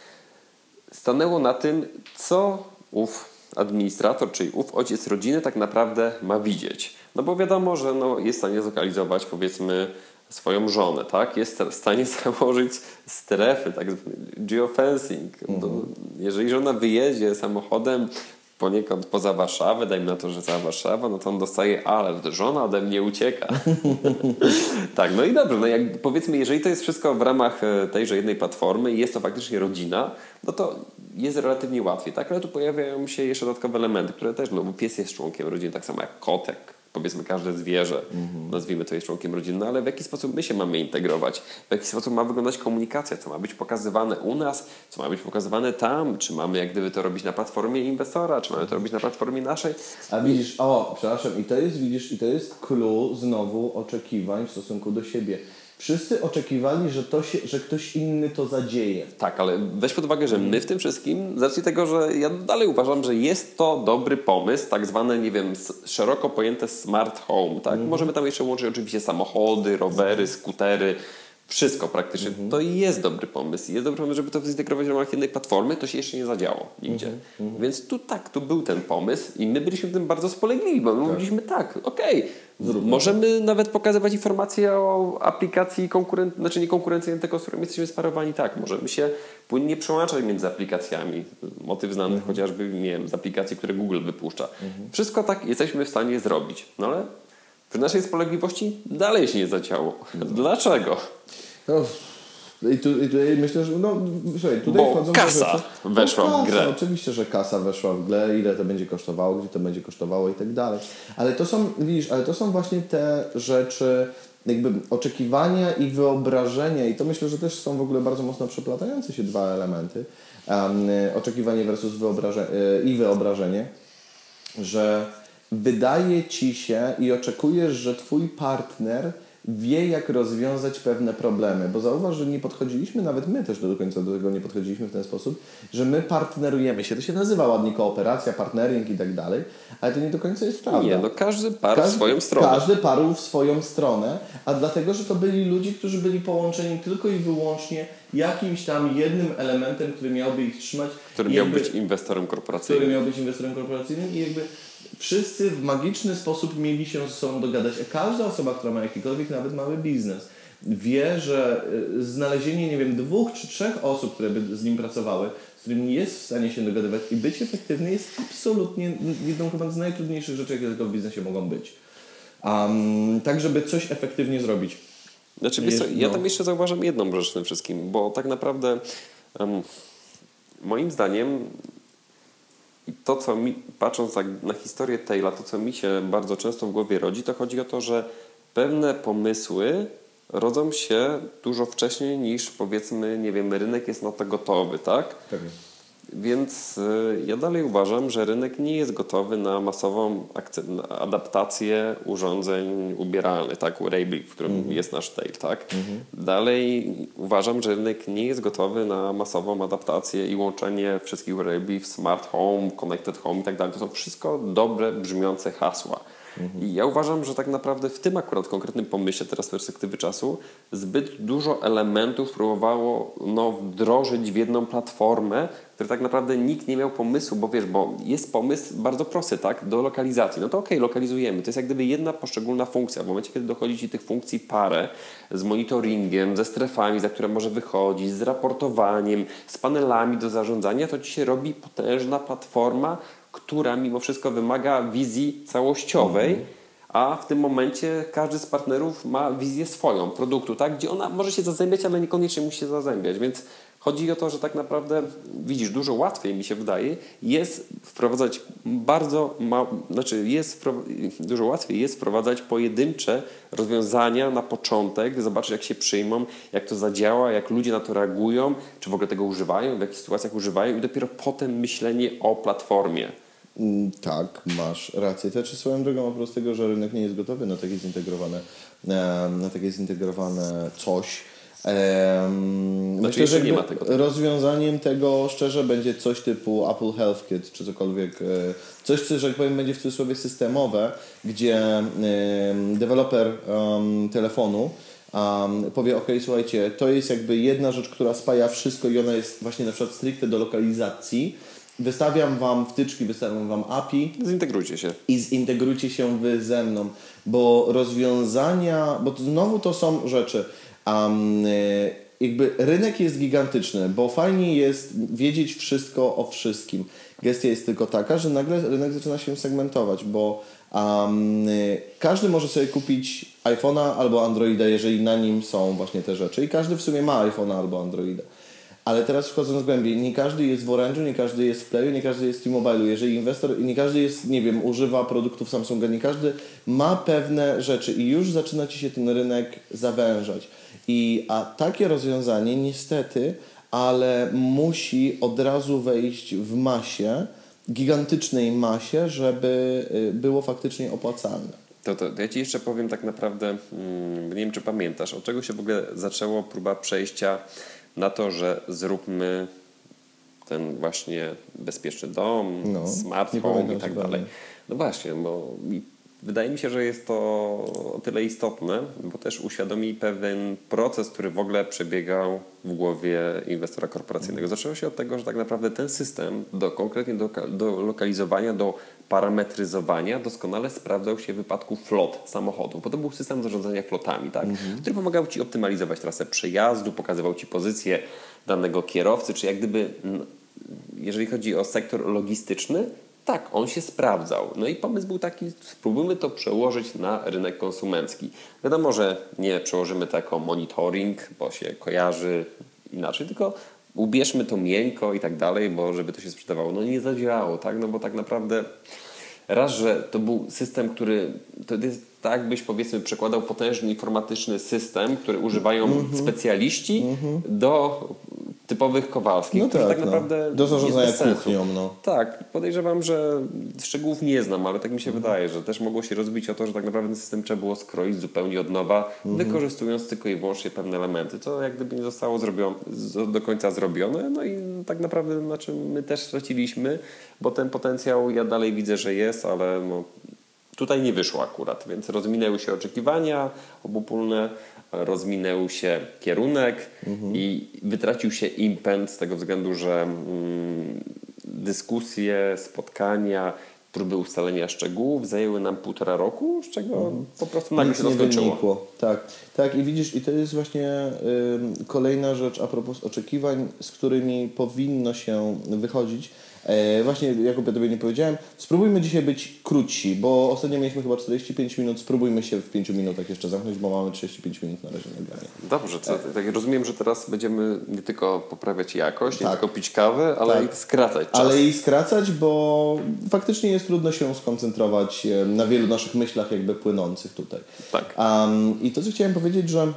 stanęło na tym, co ów administrator, czyli ów ojciec rodziny tak naprawdę ma widzieć. No bo wiadomo, że jest w stanie zlokalizować, powiedzmy, swoją żonę, tak? Jest w stanie założyć strefy, tak zwany geofencing. Jeżeli żona wyjedzie samochodem poniekąd poza Warszawę, dajmy na to, że cała Warszawa, no to on dostaje alert, żona ode mnie ucieka. Tak, no i dobrze, no jak powiedzmy, jeżeli to jest wszystko w ramach tejże jednej platformy i jest to faktycznie rodzina, no to jest relatywnie łatwiej, tak? Ale tu pojawiają się jeszcze dodatkowe elementy, które też, no bo pies jest członkiem rodziny, tak samo jak kotek, powiedzmy każde zwierzę, nazwijmy to jest członkiem rodziny, no ale w jaki sposób my się mamy integrować, w jaki sposób ma wyglądać komunikacja, co ma być pokazywane u nas, co ma być pokazywane tam, czy mamy jak gdyby to robić na platformie inwestora, czy mamy to robić na platformie naszej. A widzisz, przepraszam, i to jest clue znowu oczekiwań w stosunku do siebie. Wszyscy oczekiwali, że ktoś inny to zadzieje. Tak, ale weź pod uwagę, że my w tym wszystkim, z racji tego, że ja dalej uważam, że jest to dobry pomysł, tak zwane, nie wiem, szeroko pojęte smart home, tak? Możemy tam jeszcze łączyć oczywiście samochody, rowery, skutery, wszystko praktycznie. To jest dobry pomysł. Jest dobry pomysł, żeby to zintegrować w ramach jednej platformy, to się jeszcze nie zadziało nigdzie. Więc tu był ten pomysł i my byliśmy w tym bardzo spolegliwi, bo my mówiliśmy okej, możemy nawet pokazywać informacje o aplikacji nie konkurencyjnej, tylko z którym jesteśmy sparowani, tak. Możemy się płynnie przełączać między aplikacjami. Motyw znany chociażby, nie wiem, z aplikacji, które Google wypuszcza. Wszystko tak jesteśmy w stanie zrobić. No ale przy naszej spolegliwości dalej się nie zadziało. Dlaczego? I tutaj myślę, że tutaj wchodzą kasa rzeczy. Weszła w grę. Oczywiście, że kasa weszła w grę, ile to będzie kosztowało, gdzie to będzie kosztowało i tak dalej. Ale to są właśnie te rzeczy, jakby oczekiwania i wyobrażenia, i to myślę, że też są w ogóle bardzo mocno przeplatające się 2 elementy. Oczekiwanie versus wyobrażenie. że wydaje ci się i oczekujesz, że twój partner wie, jak rozwiązać pewne problemy. Bo zauważ, że nie podchodziliśmy, nawet my też do końca do tego nie podchodziliśmy w ten sposób, że my partnerujemy się. To się nazywa ładnie kooperacja, partnering i tak dalej, ale to nie do końca jest prawda. Nie, no każdy par w swoją stronę. Każdy parł w swoją stronę, a dlatego, że to byli ludzie, którzy byli połączeni tylko i wyłącznie jakimś tam jednym elementem, który miałby ich trzymać. Który miał być inwestorem korporacyjnym. I jakby wszyscy w magiczny sposób mieli się ze sobą dogadać. A każda osoba, która ma jakikolwiek nawet mały biznes, wie, że znalezienie, nie wiem, 2 czy 3 osób, które by z nim pracowały, z którymi jest w stanie się dogadywać i być efektywny, jest absolutnie jedną chyba z najtrudniejszych rzeczy, jakie tylko w biznesie mogą być. Tak, żeby coś efektywnie zrobić. Znaczy, ja tam jeszcze zauważam jedną rzecz w tym wszystkim, bo tak naprawdę moim zdaniem to, co mi, patrząc na historię Taila, to, co mi się bardzo często w głowie rodzi, to chodzi o to, że pewne pomysły rodzą się dużo wcześniej niż, powiedzmy, nie wiem, rynek jest na to gotowy, tak? Tak. Więc ja dalej uważam, że rynek nie jest gotowy na masową adaptację urządzeń ubieralnych, tak, wearable, w którym jest nasz Tail, tak. Dalej uważam, że rynek nie jest gotowy na masową adaptację i łączenie wszystkich wearable w smart home, connected home i tak dalej. To są wszystko dobre, brzmiące hasła. I ja uważam, że tak naprawdę w tym akurat konkretnym pomyśle, teraz z perspektywy czasu, zbyt dużo elementów próbowało wdrożyć w jedną platformę, który tak naprawdę nikt nie miał pomysłu, bo wiesz, bo jest pomysł bardzo prosty, tak, do lokalizacji. No to okej, lokalizujemy. To jest jak gdyby jedna poszczególna funkcja. W momencie, kiedy dochodzi ci tych funkcji parę z monitoringiem, ze strefami, za które może wychodzić, z raportowaniem, z panelami do zarządzania, to ci się robi potężna platforma, która mimo wszystko wymaga wizji całościowej, a w tym momencie każdy z partnerów ma wizję swoją produktu, tak? Gdzie ona może się zazębiać, ale niekoniecznie musi się zazębiać. Więc chodzi o to, że tak naprawdę, widzisz, dużo łatwiej mi się wydaje jest wprowadzać dużo łatwiej jest wprowadzać pojedyncze rozwiązania na początek, zobaczyć jak się przyjmą, jak to zadziała, jak ludzie na to reagują, czy w ogóle tego używają, w jakich sytuacjach używają i dopiero potem myślenie o platformie. Tak, masz rację. To czy swoją drogą oprócz tego, że rynek nie jest gotowy na takie zintegrowane coś. Myślę, że nie ma tego. Rozwiązaniem tego szczerze będzie coś typu Apple Health Kit czy cokolwiek. Coś, co, że tak powiem, będzie w cudzysłowie systemowe, gdzie deweloper telefonu powie, ok, słuchajcie, to jest jakby jedna rzecz, która spaja wszystko i ona jest właśnie na przykład stricte do lokalizacji. Wystawiam Wam wtyczki, wystawiam Wam API. Zintegrujcie się. I zintegrujcie się Wy ze mną. Bo rozwiązania, bo znowu to są rzeczy. Jakby rynek jest gigantyczny, bo fajnie jest wiedzieć wszystko o wszystkim. Gestia jest tylko taka, że nagle rynek zaczyna się segmentować, bo każdy może sobie kupić iPhone'a albo Androida, jeżeli na nim są właśnie te rzeczy. I każdy w sumie ma iPhone'a albo Androida. Ale teraz wchodząc głębiej, nie każdy jest w Orange'u, nie każdy jest w Playu, nie każdy jest w T-Mobile'u. Jeżeli inwestor, nie każdy jest, nie wiem, używa produktów Samsunga, nie każdy ma pewne rzeczy i już zaczyna Ci się ten rynek zawężać. A takie rozwiązanie niestety, ale musi od razu wejść w masie, gigantycznej masie, żeby było faktycznie opłacalne. To ja Ci jeszcze powiem tak naprawdę, nie wiem czy pamiętasz, od czego się w ogóle zaczęło próba przejścia na to, że zróbmy ten właśnie bezpieczny dom, smart home i tak dalej. No właśnie, bo wydaje mi się, że jest to o tyle istotne, bo też uświadomi pewien proces, który w ogóle przebiegał w głowie inwestora korporacyjnego. Zaczęło się od tego, że tak naprawdę ten system konkretnie do lokalizowania, do parametryzowania doskonale sprawdzał się w wypadku flot samochodów, bo to był system zarządzania flotami, tak? Który pomagał Ci optymalizować trasę przejazdu, pokazywał Ci pozycję danego kierowcy, czy jak gdyby, jeżeli chodzi o sektor logistyczny, tak, on się sprawdzał. No i pomysł był taki, spróbujmy to przełożyć na rynek konsumencki. Wiadomo, że nie przełożymy to jako monitoring, bo się kojarzy inaczej, tylko ubierzmy to miękko i tak dalej, bo żeby to się sprzedawało. No nie zadziałało, tak? No bo tak naprawdę raz, że to był system, który to jest tak, jakbyś powiedzmy przekładał potężny informatyczny system, który używają specjaliści do typowych Kowalskich, No którzy tak, tak naprawdę do zarządzania jest bez sensu. kuchnią, no. Tak, podejrzewam, że szczegółów nie znam, ale tak mi się wydaje, że też mogło się rozbić o to, że tak naprawdę ten system trzeba było skroić zupełnie od nowa, wykorzystując tylko i wyłącznie pewne elementy, co jak gdyby nie zostało do końca zrobione, no i tak naprawdę na czym my też straciliśmy, bo ten potencjał ja dalej widzę, że jest, ale no, tutaj nie wyszło akurat, więc rozminęły się oczekiwania obopólne, rozminął się kierunek i wytracił się impet z tego względu, że dyskusje, spotkania, próby ustalenia szczegółów zajęły nam 1,5 roku, z czego po prostu nagle się to skończyło. Tak i widzisz, i to jest właśnie kolejna rzecz a propos oczekiwań, z którymi powinno się wychodzić. Właśnie, Jakub, ja Tobie nie powiedziałem, spróbujmy dzisiaj być krótsi, bo ostatnio mieliśmy chyba 45 minut, spróbujmy się w 5 minutach jeszcze zamknąć, bo mamy 35 minut na razie nagrania. Dobrze, tak rozumiem, że teraz będziemy nie tylko poprawiać jakość, nie tylko pić kawę, ale i skracać czas. Ale i skracać, bo faktycznie jest trudno się skoncentrować na wielu naszych myślach jakby płynących tutaj. Tak. I to, co chciałem powiedzieć, że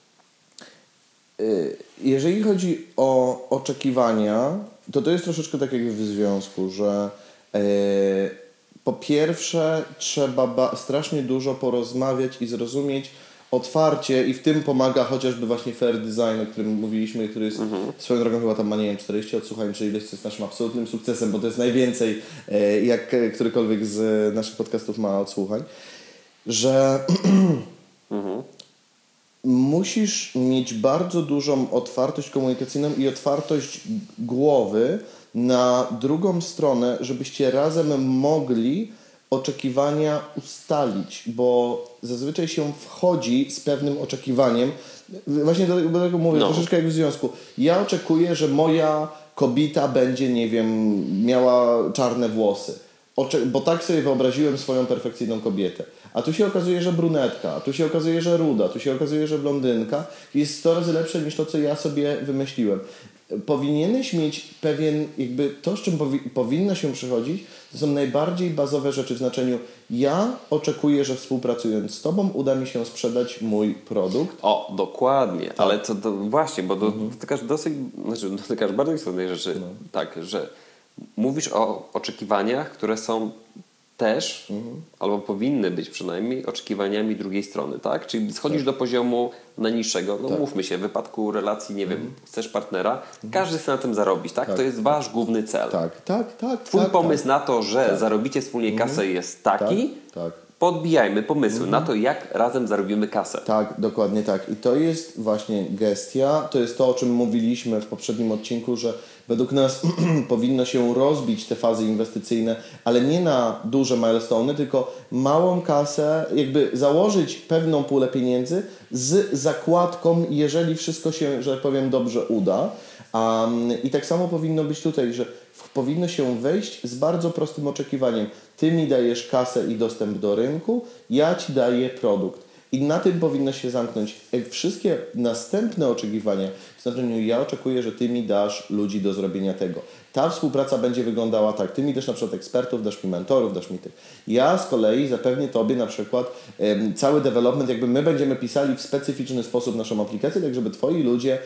jeżeli chodzi o oczekiwania, to jest troszeczkę tak jak w związku, że po pierwsze trzeba strasznie dużo porozmawiać i zrozumieć otwarcie i w tym pomaga chociażby właśnie fair design, o którym mówiliśmy, który jest swoją drogą chyba tam ma, nie wiem, 40 odsłuchań, czyli jest naszym absolutnym sukcesem, bo to jest najwięcej, jak którykolwiek z naszych podcastów ma odsłuchań, że musisz mieć bardzo dużą otwartość komunikacyjną i otwartość głowy na drugą stronę, żebyście razem mogli oczekiwania ustalić, bo zazwyczaj się wchodzi z pewnym oczekiwaniem. Właśnie do tego mówię, troszeczkę jak w związku. Ja oczekuję, że moja kobieta będzie, nie wiem, miała czarne włosy. Bo tak sobie wyobraziłem swoją perfekcyjną kobietę. A tu się okazuje, że brunetka, a tu się okazuje, że ruda, tu się okazuje, że blondynka jest 100 razy lepsze niż to, co ja sobie wymyśliłem. Powinieneś mieć pewien, jakby to, z czym powinno się przychodzić, to są najbardziej bazowe rzeczy w znaczeniu ja oczekuję, że współpracując z Tobą uda mi się sprzedać mój produkt. O, dokładnie, tak. Ale to właśnie, bo dotykasz dotykasz bardzo istotnej rzeczy, tak, że mówisz o oczekiwaniach, które są też, albo powinny być przynajmniej, oczekiwaniami drugiej strony, tak? Czyli schodzisz do poziomu najniższego, mówmy się, w wypadku relacji, nie wiem, chcesz partnera, każdy chce na tym zarobić, tak? To jest wasz główny cel. Twój pomysł na to, że zarobicie wspólnie kasę jest taki, podbijajmy pomysły na to, jak razem zarobimy kasę. Tak, dokładnie tak. I to jest właśnie gestia, to jest to, o czym mówiliśmy w poprzednim odcinku, że według nas powinno się rozbić te fazy inwestycyjne, ale nie na duże milestone'y, tylko małą kasę, jakby założyć pewną pulę pieniędzy z zakładką, jeżeli wszystko się, że tak powiem, dobrze uda. I tak samo powinno być tutaj, że powinno się wejść z bardzo prostym oczekiwaniem. Ty mi dajesz kasę i dostęp do rynku, ja Ci daję produkt. I na tym powinno się zamknąć. Wszystkie następne oczekiwania, w znaczeniu ja oczekuję, że Ty mi dasz ludzi do zrobienia tego. Ta współpraca będzie wyglądała tak. Ty mi dasz na przykład ekspertów, dasz mi mentorów, dasz mi tych. Ja z kolei zapewnię Tobie na przykład cały development, jakby my będziemy pisali w specyficzny sposób naszą aplikację, tak żeby Twoi ludzie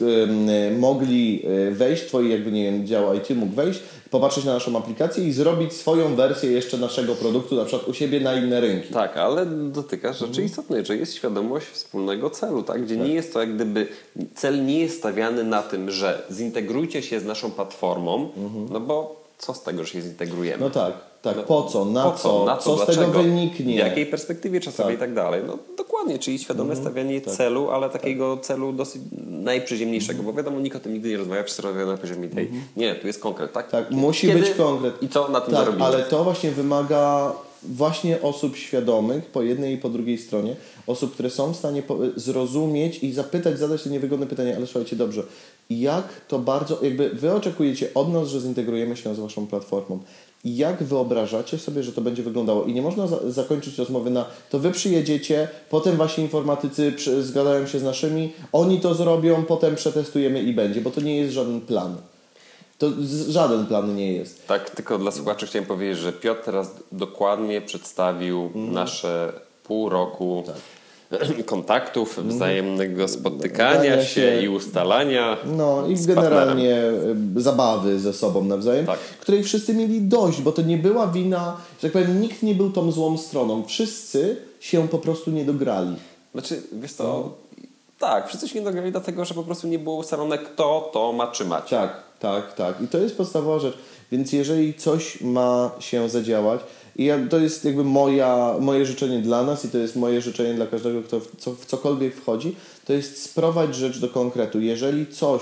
mogli wejść, Twoi jakby, nie wiem, dział IT mógł wejść, popatrzeć na naszą aplikację i zrobić swoją wersję jeszcze naszego produktu, na przykład u siebie na inne rynki. Tak, ale dotykasz rzeczy istotnej, że jest świadomość wspólnego celu, tak? Gdzie nie jest to jak gdyby, cel nie jest stawiany na tym, że zintegrujcie się z naszą platformą, no bo co z tego, że się zintegrujemy? No tak, po co, na co, co z tego wyniknie? W jakiej perspektywie czasowej i tak dalej. No dokładnie, czyli świadome stawianie celu, ale takiego celu dosyć najprzyziemniejszego, bo wiadomo, nikt o tym nigdy nie rozmawia, wszyscy rozmawiają na poziomie tej, nie, tu jest konkret, tak? Tak, musi być konkret. I co na tym zarobimy? Ale to właśnie wymaga właśnie osób świadomych po jednej i po drugiej stronie, osób, które są w stanie zrozumieć i zapytać, zadać te niewygodne pytania, ale słuchajcie, dobrze, jak to bardzo, jakby wy oczekujecie od nas, że zintegrujemy się z waszą platformą. I jak wyobrażacie sobie, że to będzie wyglądało? I nie można zakończyć rozmowy na to wy przyjedziecie, potem wasi informatycy zgadają się z naszymi, oni to zrobią, potem przetestujemy i będzie, bo to nie jest żaden plan. To żaden plan nie jest. Tak, tylko dla słuchaczy chciałem powiedzieć, że Piotr teraz dokładnie przedstawił nasze pół roku kontaktów, wzajemnego spotykania się i ustalania. No i z generalnie zabawy ze sobą nawzajem, Tak. której wszyscy mieli dość, bo to nie była wina, że tak powiem, nikt nie był tą złą stroną. Wszyscy się po prostu nie dograli. Znaczy, wiesz co, tak, wszyscy się nie dograli dlatego, że po prostu nie było ustalone, kto to ma trzymać. Tak. I to jest podstawowa rzecz. Więc jeżeli coś ma się zadziałać, to jest jakby moje życzenie dla nas i to jest moje życzenie dla każdego, kto w cokolwiek wchodzi, to jest sprowadź rzecz do konkretu. Jeżeli coś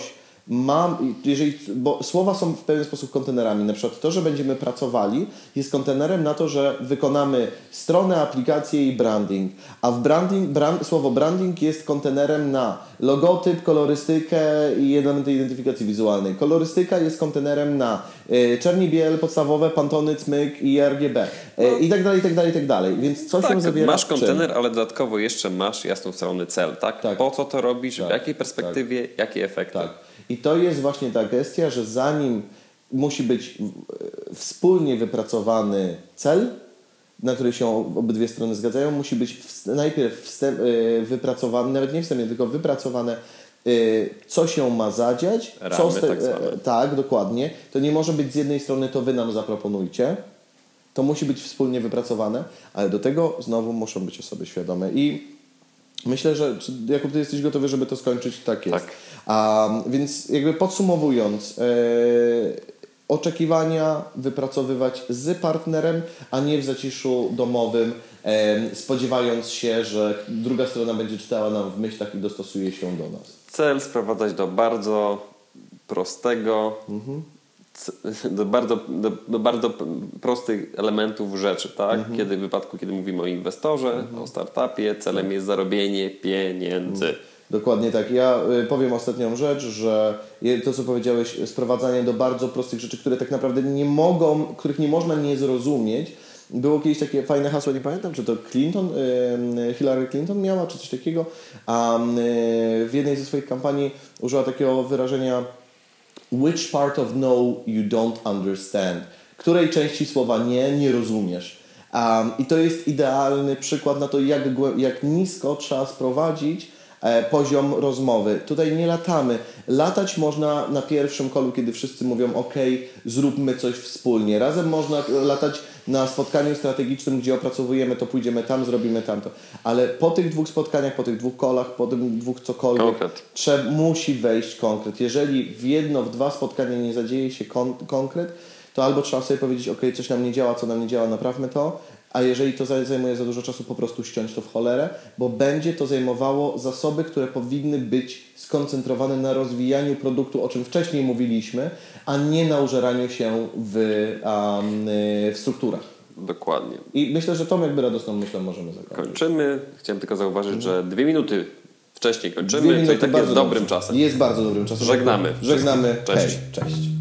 bo słowa są w pewien sposób kontenerami. Na przykład to, że będziemy pracowali, jest kontenerem na to, że wykonamy stronę, aplikację i branding. A w słowo branding jest kontenerem na logotyp, kolorystykę i elementy identyfikacji wizualnej. Kolorystyka jest kontenerem na czerni biel, podstawowe, pantony, cmyk i RGB. I tak dalej. Więc co się zawiera masz kontener, ale dodatkowo jeszcze masz jasno ustalony cel, tak? Po co to robisz, w jakiej perspektywie, jakie efekty. Tak. I to jest właśnie ta gestia, że zanim musi być wspólnie wypracowany cel, na który się obydwie strony zgadzają, musi być najpierw wypracowany, nawet nie wstępnie, tylko wypracowane, co się ma zadziać. Ramy tak zwane. Tak, dokładnie. To nie może być z jednej strony to wy nam zaproponujcie. To musi być wspólnie wypracowane, ale do tego znowu muszą być osoby świadome. I myślę, że Jakub, ty jesteś gotowy, żeby to skończyć? Tak jest. Tak. Więc jakby podsumowując, oczekiwania wypracowywać z partnerem, a nie w zaciszu domowym, spodziewając się, że druga strona będzie czytała nam w myślach i dostosuje się do nas. Cel sprowadzać do bardzo prostego, do bardzo prostych elementów rzeczy, tak? W wypadku, kiedy mówimy o inwestorze, o startupie, celem jest zarobienie pieniędzy. Dokładnie tak. Ja powiem ostatnią rzecz, że to, co powiedziałeś, sprowadzanie do bardzo prostych rzeczy, które tak naprawdę których nie można nie zrozumieć. Było kiedyś takie fajne hasło, nie pamiętam, czy to Hillary Clinton miała, czy coś takiego, a w jednej ze swoich kampanii użyła takiego wyrażenia which part of no you don't understand? Której części słowa nie rozumiesz? I to jest idealny przykład na to, jak nisko trzeba sprowadzić poziom rozmowy. Tutaj nie latamy. Latać można na pierwszym kolu, kiedy wszyscy mówią ok, zróbmy coś wspólnie. Razem można latać na spotkaniu strategicznym, gdzie opracowujemy to, pójdziemy tam, zrobimy tamto. Ale po tych dwóch spotkaniach, po tych dwóch kolach, po tym dwóch cokolwiek, musi wejść konkret. Jeżeli w dwa spotkania nie zadzieje się konkret, to albo trzeba sobie powiedzieć, ok, coś nam nie działa, co nam nie działa, naprawmy to, a jeżeli to zajmuje za dużo czasu, po prostu ściąć to w cholerę, bo będzie to zajmowało zasoby, które powinny być skoncentrowane na rozwijaniu produktu, o czym wcześniej mówiliśmy, a nie na użeraniu się w strukturach. Dokładnie. I myślę, że tą jakby radosną myślą możemy zakończyć. Kończymy. Chciałem tylko zauważyć, że 2 minuty wcześniej kończymy, co i tak jest dobrym czasem. Jest bardzo dobrym czasem. Żegnamy. Żegnamy. Cześć. Hej, cześć.